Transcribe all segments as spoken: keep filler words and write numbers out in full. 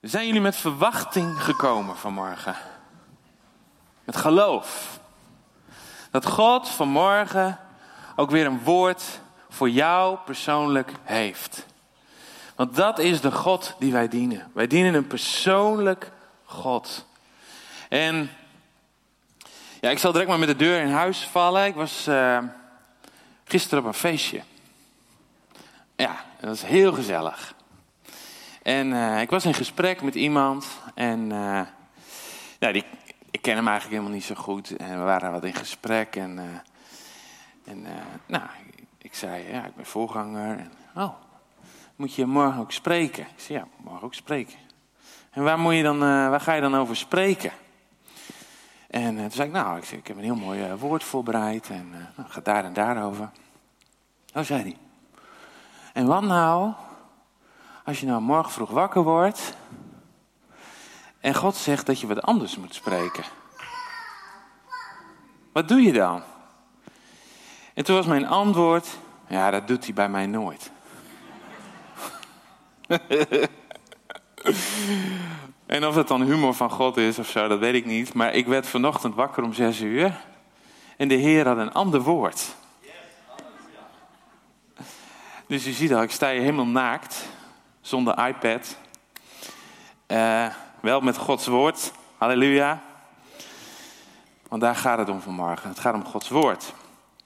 Zijn jullie met verwachting gekomen vanmorgen? Met geloof. Dat God vanmorgen ook weer een woord voor jou persoonlijk heeft. Want dat is de God die wij dienen. Wij dienen een persoonlijk God. En ja, ik zal direct maar met de deur in huis vallen. Ik was uh, gisteren op een feestje. Ja, dat was heel gezellig. En uh, ik was in gesprek met iemand. En uh, ja, die, ik ken hem eigenlijk helemaal niet zo goed. En we waren wat in gesprek. En, uh, en uh, nou, ik zei, ja, ik ben voorganger. En, oh, moet je morgen ook spreken? Ik zei, ja, morgen ook spreken. En waar, moet je dan, uh, waar ga je dan over spreken? En uh, toen zei ik, nou, ik, zei, ik heb een heel mooi uh, woord voorbereid. En uh, nou, gaat daar en daarover. Oh, zei hij. En wat nou, als je nou morgen vroeg wakker wordt en God zegt dat je wat anders moet spreken? Wat doe je dan? En toen was mijn antwoord, ja, dat doet hij bij mij nooit. En of het dan humor van God is of zo, dat weet ik niet. Maar ik werd vanochtend wakker om zes uur en de Heer had een ander woord. Dus je ziet al, ik sta hier helemaal naakt, zonder iPad. Uh, wel met Gods woord, halleluja. Want daar gaat het om vanmorgen, het gaat om Gods woord.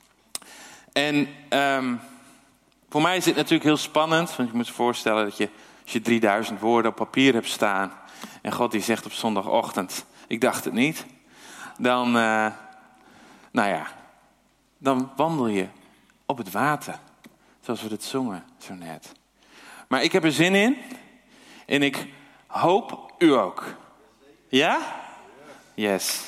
En um, voor mij is dit natuurlijk heel spannend, want je moet je voorstellen dat je, als je drieduizend woorden op papier hebt staan en God die zegt op zondagochtend, ik dacht het niet, dan, uh, nou ja, dan wandel je op het water. Zoals we het zongen zo net. Maar ik heb er zin in. En ik hoop u ook. Ja? Yes.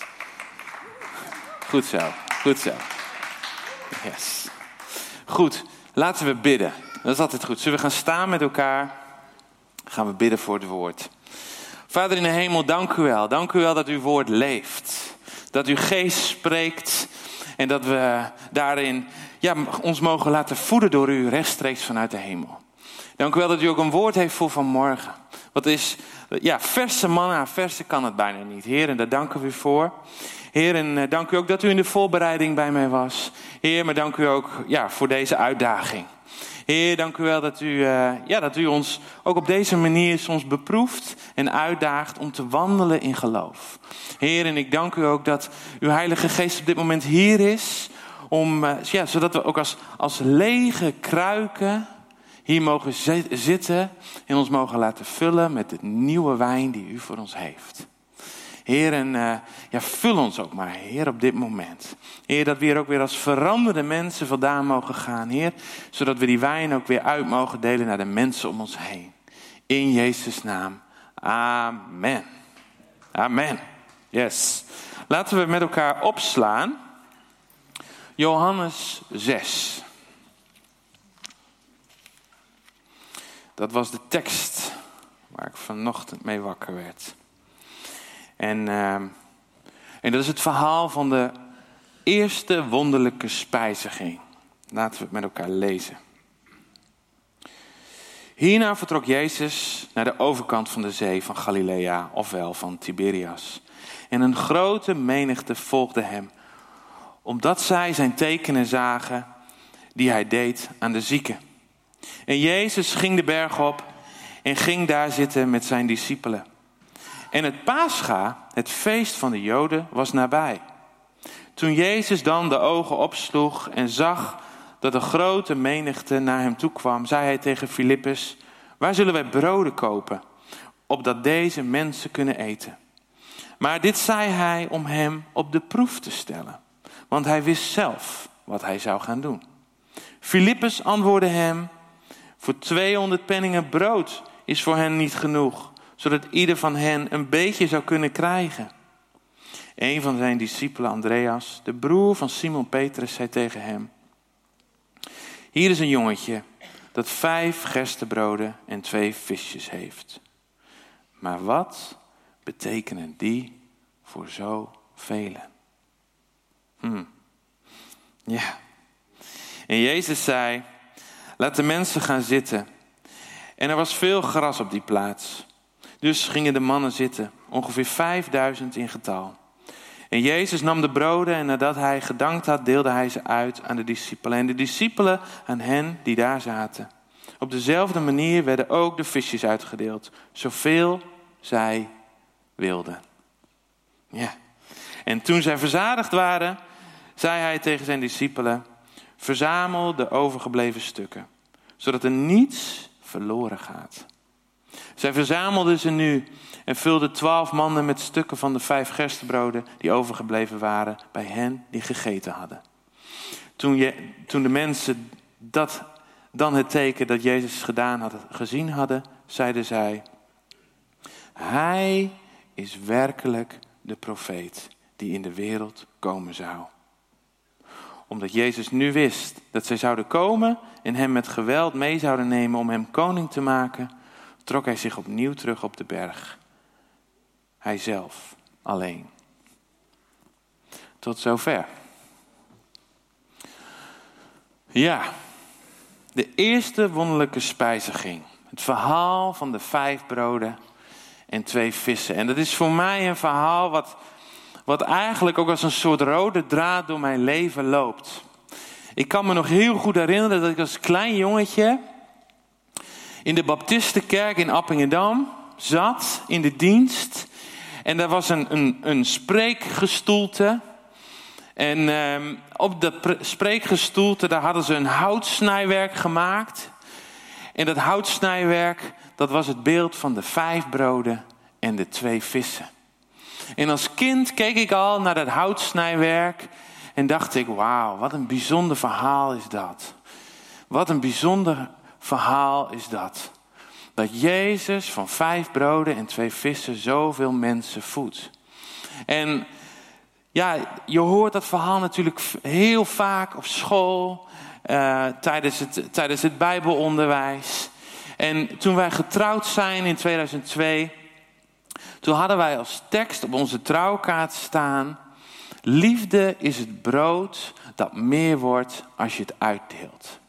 Goed zo. Goed zo. Yes. Goed. Laten we bidden. Dat is altijd goed. Zullen we gaan staan met elkaar? Gaan we bidden voor het woord. Vader in de hemel, dank u wel. Dank u wel dat uw woord leeft. Dat uw geest spreekt. En dat we daarin ja, ons mogen laten voeden door u rechtstreeks vanuit de hemel. Dank u wel dat u ook een woord heeft voor vanmorgen. Wat is, ja, verse manna, verse kan het bijna niet. Heer, en daar danken we u voor. Heer, en dank u ook dat u in de voorbereiding bij mij was. Heer, maar dank u ook ja, voor deze uitdaging. Heer, dank u wel dat u, uh, ja, dat u ons ook op deze manier soms beproeft en uitdaagt om te wandelen in geloof. Heer, en ik dank u ook dat uw Heilige Geest op dit moment hier is. Om, uh, ja, zodat we ook als, als lege kruiken hier mogen zitten en ons mogen laten vullen met de nieuwe wijn die u voor ons heeft. Heer, en uh, ja, vul ons ook maar, Heer, op dit moment. Heer, dat we hier ook weer als veranderde mensen vandaan mogen gaan, Heer. Zodat we die wijn ook weer uit mogen delen naar de mensen om ons heen. In Jezus' naam. Amen. Amen. Yes. Laten we met elkaar opslaan. Johannes zes. Dat was de tekst waar ik vanochtend mee wakker werd. En, uh, en dat is het verhaal van de eerste wonderlijke spijziging. Laten we het met elkaar lezen. Hierna vertrok Jezus naar de overkant van de zee van Galilea, ofwel van Tiberias. En een grote menigte volgde hem, omdat zij zijn tekenen zagen die hij deed aan de zieken. En Jezus ging de berg op en ging daar zitten met zijn discipelen. En het Pascha, het feest van de Joden, was nabij. Toen Jezus dan de ogen opsloeg en zag dat een grote menigte naar hem toe kwam, zei hij tegen Filippus: waar zullen wij broden kopen, opdat deze mensen kunnen eten? Maar dit zei hij om hem op de proef te stellen, want hij wist zelf wat hij zou gaan doen. Filippus antwoordde hem: voor tweehonderd penningen brood is voor hen niet genoeg, zodat ieder van hen een beetje zou kunnen krijgen. Een van zijn discipelen, Andreas, de broer van Simon Petrus, zei tegen hem: hier is een jongetje dat vijf gerstebroden en twee visjes heeft. Maar wat betekenen die voor zoveel? Hmm. Ja. En Jezus zei: laat de mensen gaan zitten. En er was veel gras op die plaats. Dus gingen de mannen zitten, ongeveer vijfduizend in getal. En Jezus nam de broden en nadat hij gedankt had, deelde hij ze uit aan de discipelen. En de discipelen aan hen die daar zaten. Op dezelfde manier werden ook de visjes uitgedeeld, zoveel zij wilden. Ja. En toen zij verzadigd waren, zei hij tegen zijn discipelen: verzamel de overgebleven stukken, zodat er niets verloren gaat. Zij verzamelden ze nu en vulden twaalf manden met stukken van de vijf gerstebroden die overgebleven waren bij hen die gegeten hadden. Toen, je, toen de mensen dat dan het teken dat Jezus gedaan had gezien hadden, zeiden zij: hij is werkelijk de profeet die in de wereld komen zou. Omdat Jezus nu wist dat zij zouden komen en hem met geweld mee zouden nemen om hem koning te maken, trok hij zich opnieuw terug op de berg. Hij zelf alleen. Tot zover. Ja, de eerste wonderlijke spijziging. Het verhaal van de vijf broden en twee vissen. En dat is voor mij een verhaal wat, wat eigenlijk ook als een soort rode draad door mijn leven loopt. Ik kan me nog heel goed herinneren dat ik als klein jongetje in de Baptistenkerk in Appingedam zat in de dienst. En daar was een, een, een spreekgestoelte. En eh, op dat pre- spreekgestoelte daar hadden ze een houtsnijwerk gemaakt. En dat houtsnijwerk, dat was het beeld van de vijf broden en de twee vissen. En als kind keek ik al naar dat houtsnijwerk en dacht ik: wauw, wat een bijzonder verhaal is dat. Wat een bijzonder verhaal is dat. Dat Jezus van vijf broden en twee vissen zoveel mensen voedt. En ja, je hoort dat verhaal natuurlijk heel vaak op school, uh, tijdens het, tijdens het Bijbelonderwijs. En toen wij getrouwd zijn in tweeduizend twee, toen hadden wij als tekst op onze trouwkaart staan: liefde is het brood dat meer wordt als je het uitdeelt.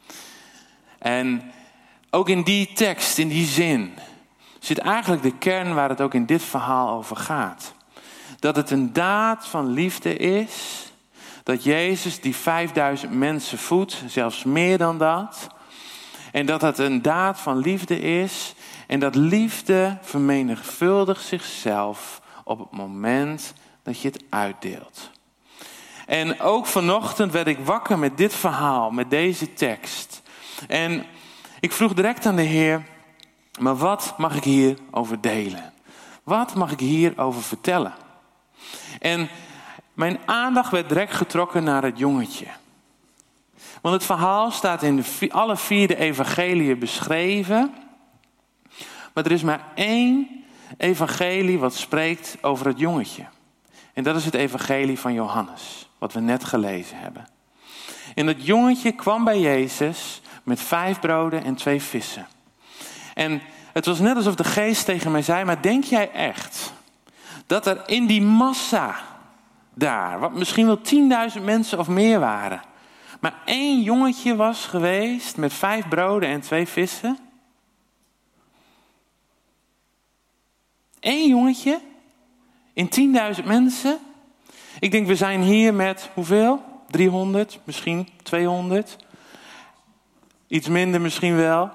En ook in die tekst, in die zin, zit eigenlijk de kern waar het ook in dit verhaal over gaat. Dat het een daad van liefde is. Dat Jezus die vijfduizend mensen voedt, zelfs meer dan dat. En dat het een daad van liefde is. En dat liefde vermenigvuldigt zichzelf op het moment dat je het uitdeelt. En ook vanochtend werd ik wakker met dit verhaal, met deze tekst. En ik vroeg direct aan de Heer: maar wat mag ik hierover delen? Wat mag ik hierover vertellen? En mijn aandacht werd direct getrokken naar het jongetje. Want het verhaal staat in de, alle vier de evangeliën beschreven. Maar er is maar één evangelie wat spreekt over het jongetje. En dat is het evangelie van Johannes, wat we net gelezen hebben. En dat jongetje kwam bij Jezus met vijf broden en twee vissen. En het was net alsof de geest tegen mij zei: maar denk jij echt dat er in die massa daar, wat misschien wel tienduizend mensen of meer waren, maar één jongetje was geweest met vijf broden en twee vissen? Eén jongetje in tienduizend mensen? Ik denk, we zijn hier met hoeveel? driehonderd, misschien tweehonderd. Iets minder misschien wel.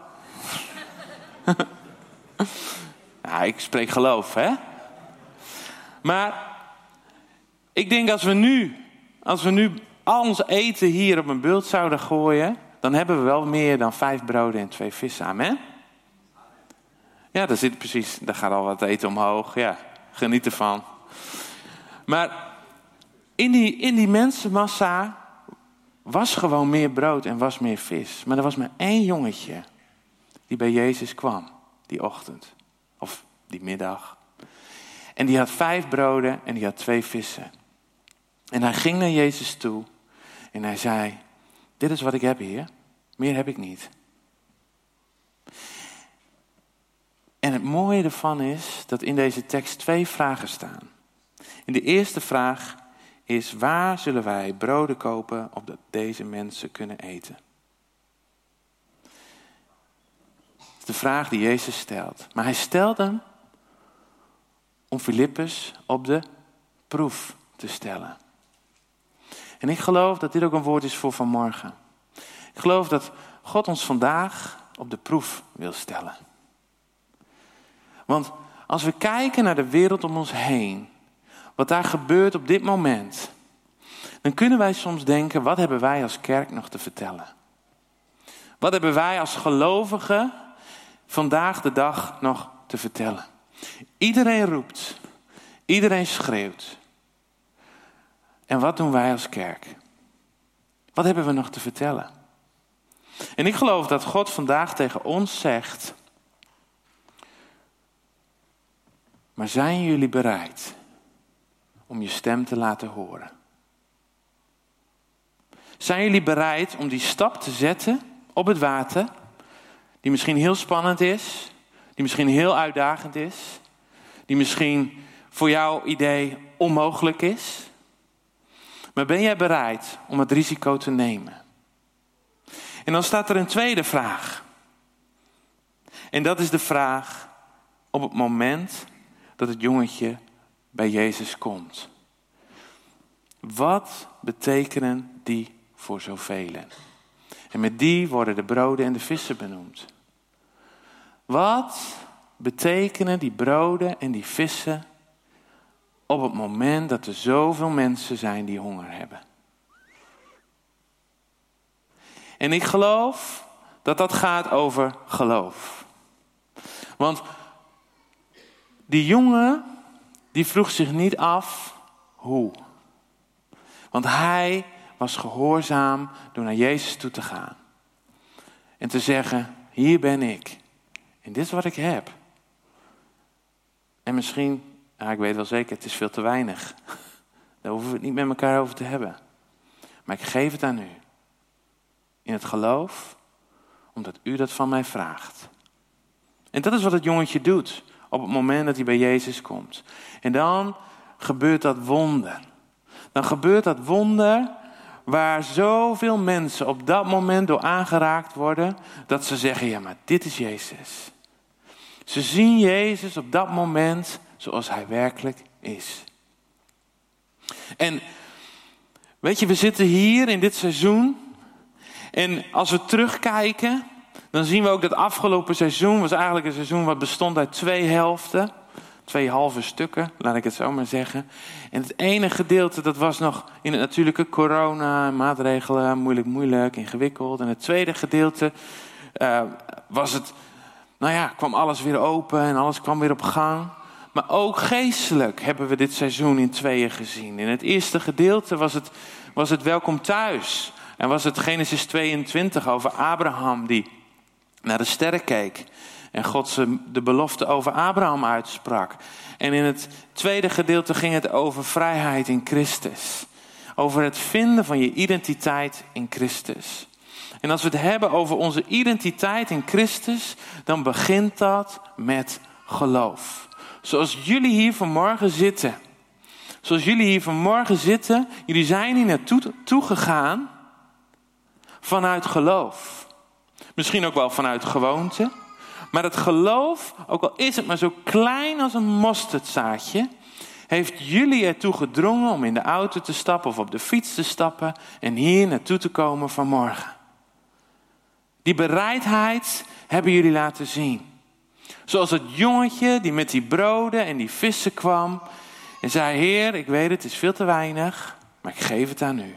Ja, ik spreek geloof, hè? Maar ik denk als we nu, als we nu al ons eten hier op een bult zouden gooien, dan hebben we wel meer dan vijf broden en twee vissen. Amen? Ja, daar zit precies, daar gaat al wat eten omhoog. Ja, geniet ervan. Maar in die, in die mensenmassa was gewoon meer brood en was meer vis. Maar er was maar één jongetje die bij Jezus kwam, die ochtend. Of die middag. En die had vijf broden en die had twee vissen. En hij ging naar Jezus toe en hij zei: dit is wat ik heb, Heer. Meer heb ik niet. En het mooie ervan is dat in deze tekst twee vragen staan. En de eerste vraag is: waar zullen wij broden kopen opdat deze mensen kunnen eten? Dat is de vraag die Jezus stelt. Maar hij stelt hem om Filippus op de proef te stellen. En ik geloof dat dit ook een woord is voor vanmorgen. Ik geloof dat God ons vandaag op de proef wil stellen. Want als we kijken naar de wereld om ons heen, wat daar gebeurt op dit moment, dan kunnen wij soms denken, wat hebben wij als kerk nog te vertellen? Wat hebben wij als gelovigen vandaag de dag nog te vertellen? Iedereen roept, iedereen schreeuwt. En wat doen wij als kerk? Wat hebben we nog te vertellen? En ik geloof dat God vandaag tegen ons zegt, maar zijn jullie bereid om je stem te laten horen? Zijn jullie bereid om die stap te zetten op het water, die misschien heel spannend is, die misschien heel uitdagend is, die misschien voor jouw idee onmogelijk is? Maar ben jij bereid om het risico te nemen? En dan staat er een tweede vraag. En dat is de vraag op het moment dat het jongetje bij Jezus komt. Wat betekenen die voor zoveel? En met die worden de broden en de vissen benoemd. Wat betekenen die broden en die vissen op het moment dat er zoveel mensen zijn die honger hebben? En ik geloof dat dat gaat over geloof. Want die jongen, die vroeg zich niet af hoe. Want hij was gehoorzaam door naar Jezus toe te gaan. En te zeggen, hier ben ik. En dit is wat ik heb. En misschien, ja, ik weet wel zeker, het is veel te weinig. Daar hoeven we het niet met elkaar over te hebben. Maar ik geef het aan u. In het geloof, omdat u dat van mij vraagt. En dat is wat het jongetje doet op het moment dat hij bij Jezus komt. En dan gebeurt dat wonder. Dan gebeurt dat wonder waar zoveel mensen op dat moment door aangeraakt worden, dat ze zeggen, ja, maar dit is Jezus. Ze zien Jezus op dat moment zoals hij werkelijk is. En weet je, we zitten hier in dit seizoen. En als we terugkijken, dan zien we ook dat afgelopen seizoen was eigenlijk een seizoen wat bestond uit twee helften. Twee halve stukken, laat ik het zo maar zeggen. En het ene gedeelte, dat was nog in het natuurlijke corona, maatregelen, moeilijk, moeilijk, ingewikkeld. En het tweede gedeelte uh, was het, nou ja, kwam alles weer open en alles kwam weer op gang. Maar ook geestelijk hebben we dit seizoen in tweeën gezien. In het eerste gedeelte was het, was het welkom thuis. En was het Genesis tweeëntwintig over Abraham die naar de sterren keek. En God de belofte over Abraham uitsprak. En in het tweede gedeelte ging het over vrijheid in Christus. Over het vinden van je identiteit in Christus. En als we het hebben over onze identiteit in Christus, dan begint dat met geloof. Zoals jullie hier vanmorgen zitten. Zoals jullie hier vanmorgen zitten, jullie zijn hier naartoe toegegaan vanuit geloof. Misschien ook wel vanuit gewoonte. Maar het geloof, ook al is het maar zo klein als een mosterdzaadje, heeft jullie ertoe gedrongen om in de auto te stappen of op de fiets te stappen en hier naartoe te komen vanmorgen. Die bereidheid hebben jullie laten zien. Zoals het jongetje die met die broden en die vissen kwam en zei, Heer, ik weet het, het is veel te weinig, maar ik geef het aan u.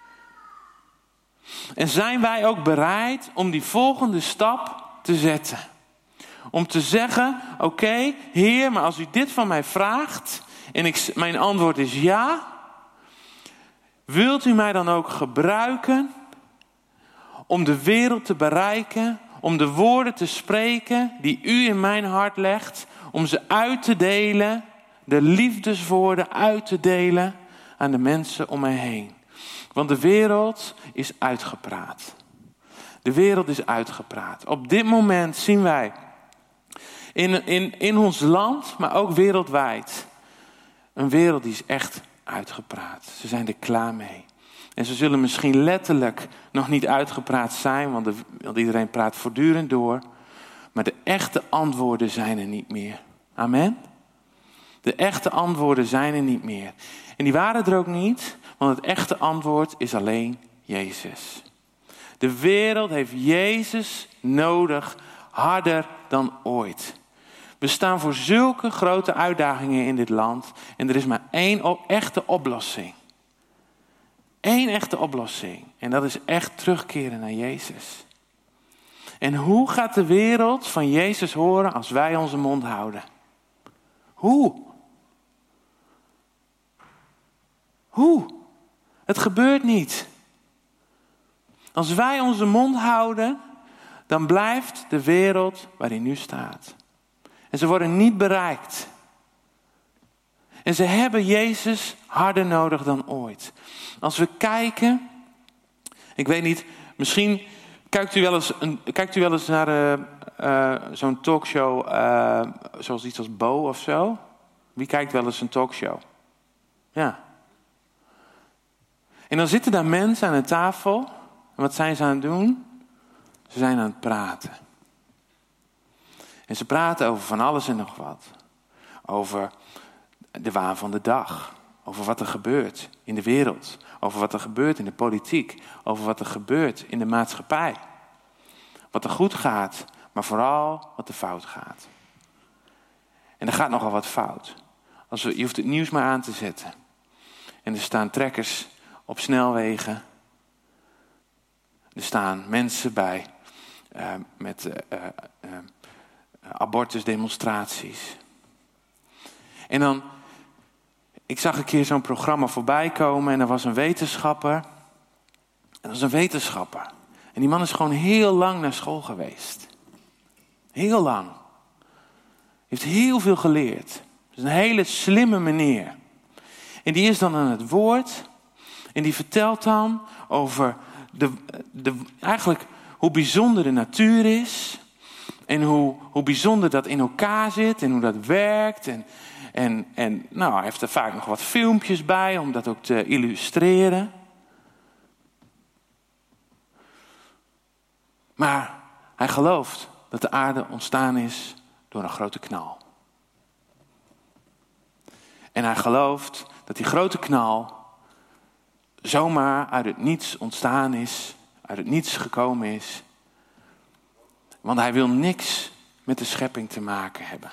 En zijn wij ook bereid om die volgende stap te zetten? Om te zeggen, oké, okay, Heer, maar als u dit van mij vraagt en ik, mijn antwoord is ja, wilt u mij dan ook gebruiken om de wereld te bereiken, om de woorden te spreken die u in mijn hart legt, om ze uit te delen, de liefdeswoorden uit te delen aan de mensen om mij heen. Want de wereld is uitgepraat. De wereld is uitgepraat. Op dit moment zien wij in, in, in ons land, maar ook wereldwijd, een wereld die is echt uitgepraat. Ze zijn er klaar mee. En ze zullen misschien letterlijk nog niet uitgepraat zijn, want, de, want iedereen praat voortdurend door. Maar de echte antwoorden zijn er niet meer. Amen. De echte antwoorden zijn er niet meer. En die waren er ook niet, want het echte antwoord is alleen Jezus. De wereld heeft Jezus nodig, harder dan ooit. We staan voor zulke grote uitdagingen in dit land. En er is maar één op, echte oplossing. Eén echte oplossing. En dat is echt terugkeren naar Jezus. En hoe gaat de wereld van Jezus horen als wij onze mond houden? Hoe? Hoe? Het gebeurt niet. Als wij onze mond houden, dan blijft de wereld waar hij nu staat. En ze worden niet bereikt. En ze hebben Jezus harder nodig dan ooit. Als we kijken, ik weet niet, misschien kijkt u wel eens, een, kijkt u wel eens naar uh, uh, zo'n talkshow, uh, zoals iets als Bo of zo? Wie kijkt wel eens een talkshow? Ja. En dan zitten daar mensen aan een tafel. En wat zijn ze aan het doen? Ze zijn aan het praten. En ze praten over van alles en nog wat. Over de waan van de dag. Over wat er gebeurt in de wereld. Over wat er gebeurt in de politiek. Over wat er gebeurt in de maatschappij. Wat er goed gaat, maar vooral wat er fout gaat. En er gaat nogal wat fout. Als we, je hoeft het nieuws maar aan te zetten. En er staan trekkers op snelwegen. Er staan mensen bij uh, met uh, uh, uh, abortusdemonstraties. En dan, ik zag een keer zo'n programma voorbij komen en er was een wetenschapper. En dat was een wetenschapper. En die man is gewoon heel lang naar school geweest. Heel lang. Heeft heel veel geleerd. Dat is een hele slimme meneer. En die is dan aan het woord. En die vertelt dan over de, de, eigenlijk hoe bijzonder de natuur is. En hoe, hoe bijzonder dat in elkaar zit. En hoe dat werkt. En, en, en nou, hij heeft er vaak nog wat filmpjes bij om dat ook te illustreren. Maar hij gelooft dat de aarde ontstaan is door een grote knal. En hij gelooft dat die grote knal zomaar uit het niets ontstaan is, uit het niets gekomen is. Want hij wil niks met de schepping te maken hebben.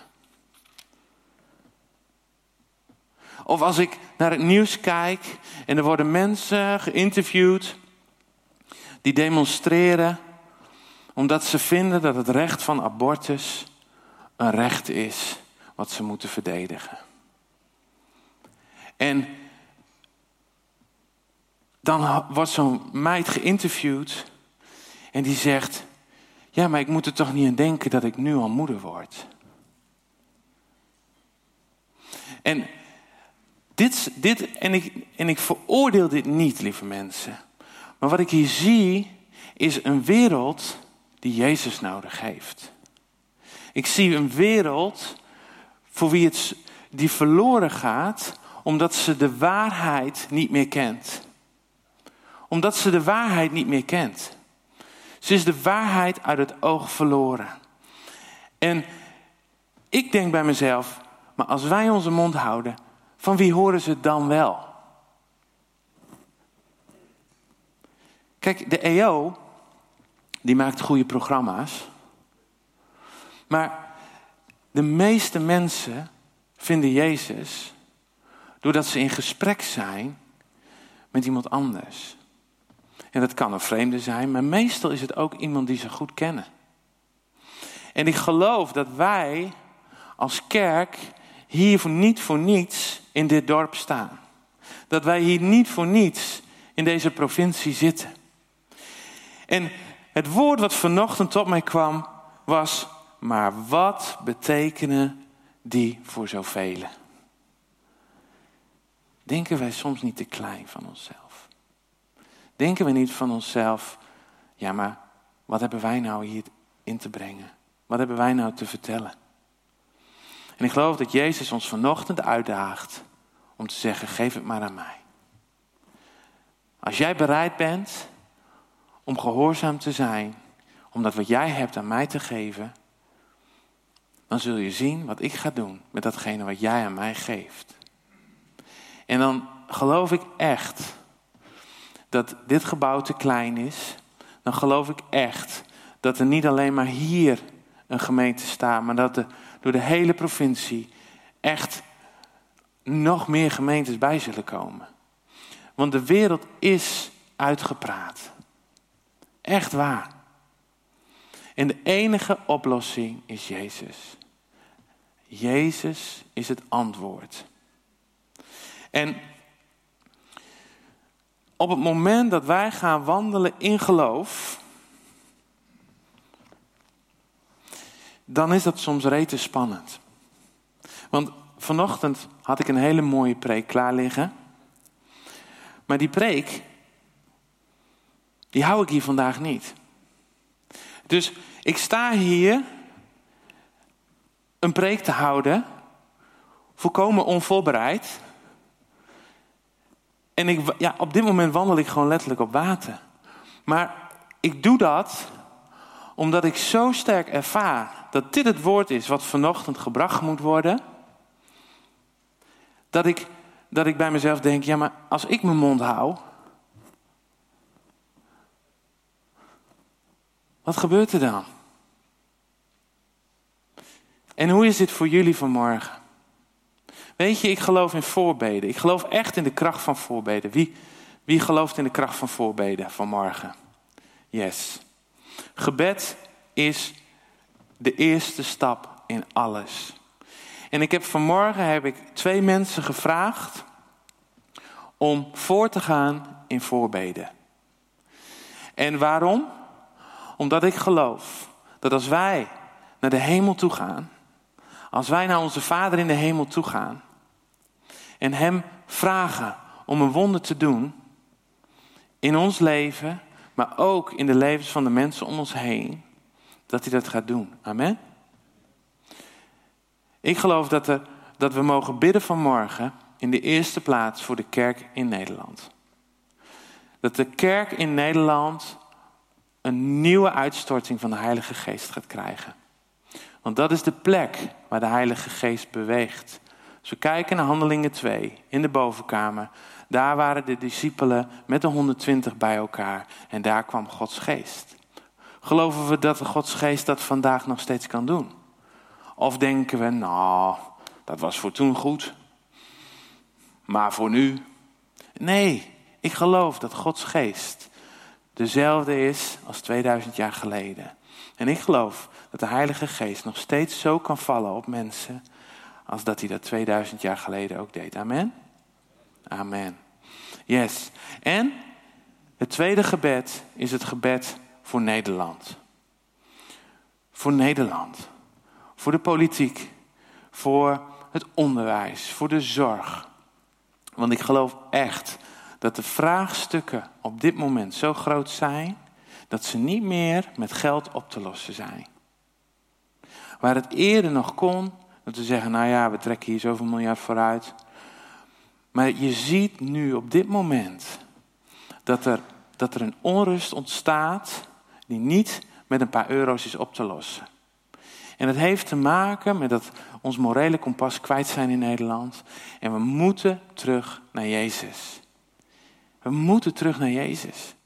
Of als ik naar het nieuws kijk en er worden mensen geïnterviewd die demonstreren omdat ze vinden dat het recht van abortus een recht is wat ze moeten verdedigen. En dan wordt zo'n meid geïnterviewd en die zegt, ja, maar ik moet er toch niet aan denken dat ik nu al moeder word. En dit, dit en, ik, en ik veroordeel dit niet, lieve mensen. Maar wat ik hier zie is een wereld die Jezus nodig heeft. Ik zie een wereld voor wie het, die verloren gaat omdat ze de waarheid niet meer kent. Omdat ze de waarheid niet meer kent. Ze is de waarheid uit het oog verloren. En ik denk bij mezelf, maar als wij onze mond houden, van wie horen ze het dan wel? Kijk, de E O, die maakt goede programma's. Maar de meeste mensen vinden Jezus doordat ze in gesprek zijn met iemand anders. En dat kan een vreemde zijn, maar meestal is het ook iemand die ze goed kennen. En ik geloof dat wij als kerk hier voor niet voor niets in dit dorp staan. Dat wij hier niet voor niets in deze provincie zitten. En het woord wat vanochtend tot mij kwam was, maar wat betekenen die voor zoveel? Denken wij soms niet te klein van onszelf? Denken we niet van onszelf, ja, maar wat hebben wij nou hier in te brengen? Wat hebben wij nou te vertellen? En ik geloof dat Jezus ons vanochtend uitdaagt om te zeggen, geef het maar aan mij. Als jij bereid bent om gehoorzaam te zijn, om dat wat jij hebt aan mij te geven, dan zul je zien wat ik ga doen met datgene wat jij aan mij geeft. En dan geloof ik echt dat dit gebouw te klein is. Dan geloof ik echt dat er niet alleen maar hier een gemeente staat, maar dat er door de hele provincie echt nog meer gemeentes bij zullen komen. Want de wereld is uitgepraat. Echt waar. En de enige oplossing is Jezus. Jezus is het antwoord. En op het moment dat wij gaan wandelen in geloof, dan is dat soms rete spannend. Want vanochtend had ik een hele mooie preek klaar liggen. Maar die preek, die hou ik hier vandaag niet. Dus ik sta hier een preek te houden, volkomen onvoorbereid. En ik, ja, op dit moment wandel ik gewoon letterlijk op water. Maar ik doe dat omdat ik zo sterk ervaar dat dit het woord is wat vanochtend gebracht moet worden. Dat ik, dat ik bij mezelf denk, ja, maar als ik mijn mond hou, wat gebeurt er dan? En hoe is dit voor jullie vanmorgen? Weet je, ik geloof in voorbeden. Ik geloof echt in de kracht van voorbeden. Wie, wie gelooft in de kracht van voorbeden vanmorgen? Yes. Gebed is de eerste stap in alles. En ik heb vanmorgen heb ik twee mensen gevraagd om voor te gaan in voorbeden. En waarom? Omdat ik geloof dat als wij naar de hemel toe gaan, als wij naar onze Vader in de hemel toe gaan en hem vragen om een wonder te doen in ons leven, maar ook in de levens van de mensen om ons heen, dat hij dat gaat doen. Amen. Ik geloof dat, er, dat we mogen bidden vanmorgen in de eerste plaats voor de kerk in Nederland. Dat de kerk in Nederland een nieuwe uitstorting van de Heilige Geest gaat krijgen. Want dat is de plek waar de Heilige Geest beweegt. Als we kijken naar Handelingen twee, in de bovenkamer, daar waren de discipelen met de honderdtwintig bij elkaar en daar kwam Gods Geest. Geloven we dat de Gods Geest dat vandaag nog steeds kan doen? Of denken we, nou, dat was voor toen goed, maar voor nu? Nee, ik geloof dat Gods Geest dezelfde is als tweeduizend jaar geleden. En ik geloof dat de Heilige Geest nog steeds zo kan vallen op mensen als dat hij dat tweeduizend jaar geleden ook deed. Amen? Amen. Yes. En het tweede gebed is het gebed voor Nederland. Voor Nederland. Voor de politiek. Voor het onderwijs. Voor de zorg. Want ik geloof echt dat de vraagstukken op dit moment zo groot zijn dat ze niet meer met geld op te lossen zijn. Waar het eerder nog kon, dat we zeggen, nou ja, we trekken hier zoveel miljard vooruit. Maar je ziet nu op dit moment dat er, dat er een onrust ontstaat die niet met een paar euro's is op te lossen. En dat heeft te maken met dat ons morele kompas kwijt zijn in Nederland. En we moeten terug naar Jezus. We moeten terug naar Jezus.